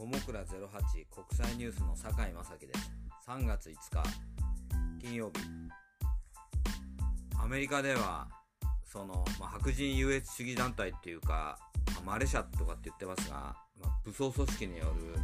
ももくら08国際ニュースの酒井正樹です。3月5日金曜日、アメリカでは白人優越主義団体っていうか、マレシャとかって言ってますが、武装組織による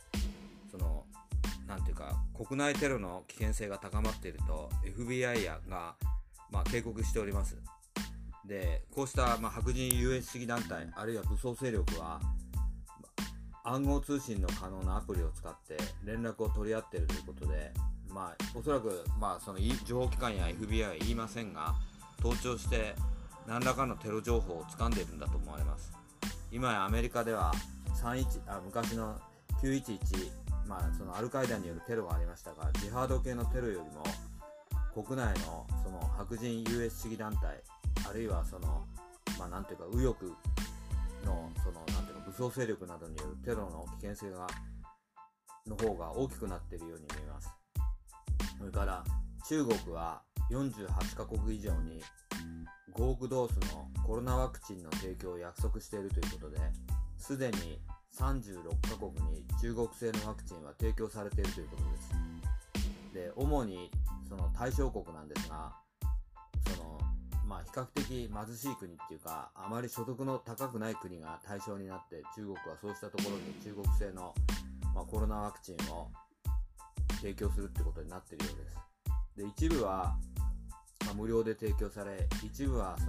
国内テロの危険性が高まっていると FBI が警告しております。で、こうした白人優越主義団体あるいは武装勢力は暗号通信の可能なアプリを使って連絡を取り合っているということで、おそらく情報機関や FBI は言いませんが、盗聴して何らかのテロ情報を掴んでいるんだと思われます。今やアメリカでは昔の911、アルカイダによるテロがありましたが、ジハード系のテロよりも国内の白人優越主義団体あるいは右翼の武装勢力などによるテロの危険性の方が大きくなっているように見えます。それから中国は48カ国以上に5億ドースのコロナワクチンの提供を約束しているということで、すでに36カ国に中国製のワクチンは提供されているということです。で、主に対象国なんですが、比較的貧しい国っていうか、あまり所得の高くない国が対象になって、中国はそうしたところに中国製の、コロナワクチンを提供するってことになっているようです。で、一部は、無料で提供され、一部は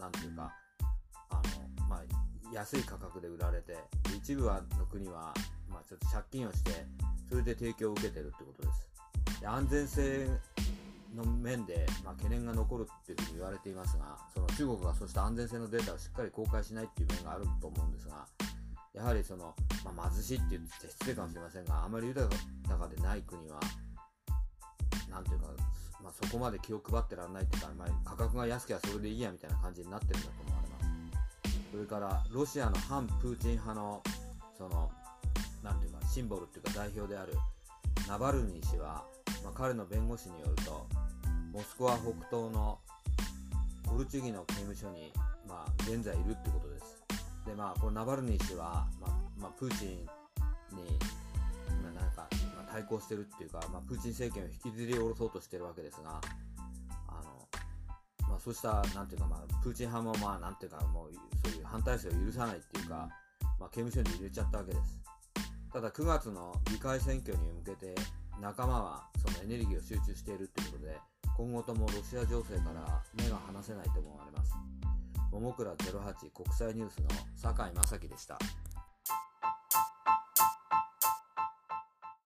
安い価格で売られて、一部の国は、ちょっと借金をして、それで提供を受けているってことです。で、安全性の面で、懸念が残るっていうふうに言われていますが、中国がそうした安全性のデータをしっかり公開しないっていう面があると思うんですが、やはり貧しいって言って失礼かもしれませんが、あまり豊かでない国はそこまで気を配ってらんないっていうか、価格が安ければそれでいいやみたいな感じになってるんだと思われます。それからロシアの反プーチン派のシンボルっていうか代表であるナバルニー氏は、彼の弁護士によると、モスクワ北東のコルチュギの刑務所に、現在いるってことです。で、このナバルニー氏は、プーチンに対抗してるっていうか、プーチン政権を引きずり下ろそうとしてるわけですが、そうしたプーチン派ももうそういう反体制を許さないっていうか、刑務所に入れちゃったわけです。ただ9月の議会選挙に向けて仲間はエネルギーを集中しているということで、今後ともロシア情勢から目が離せないと思われます。ももくら08国際ニュースの酒井正樹でした。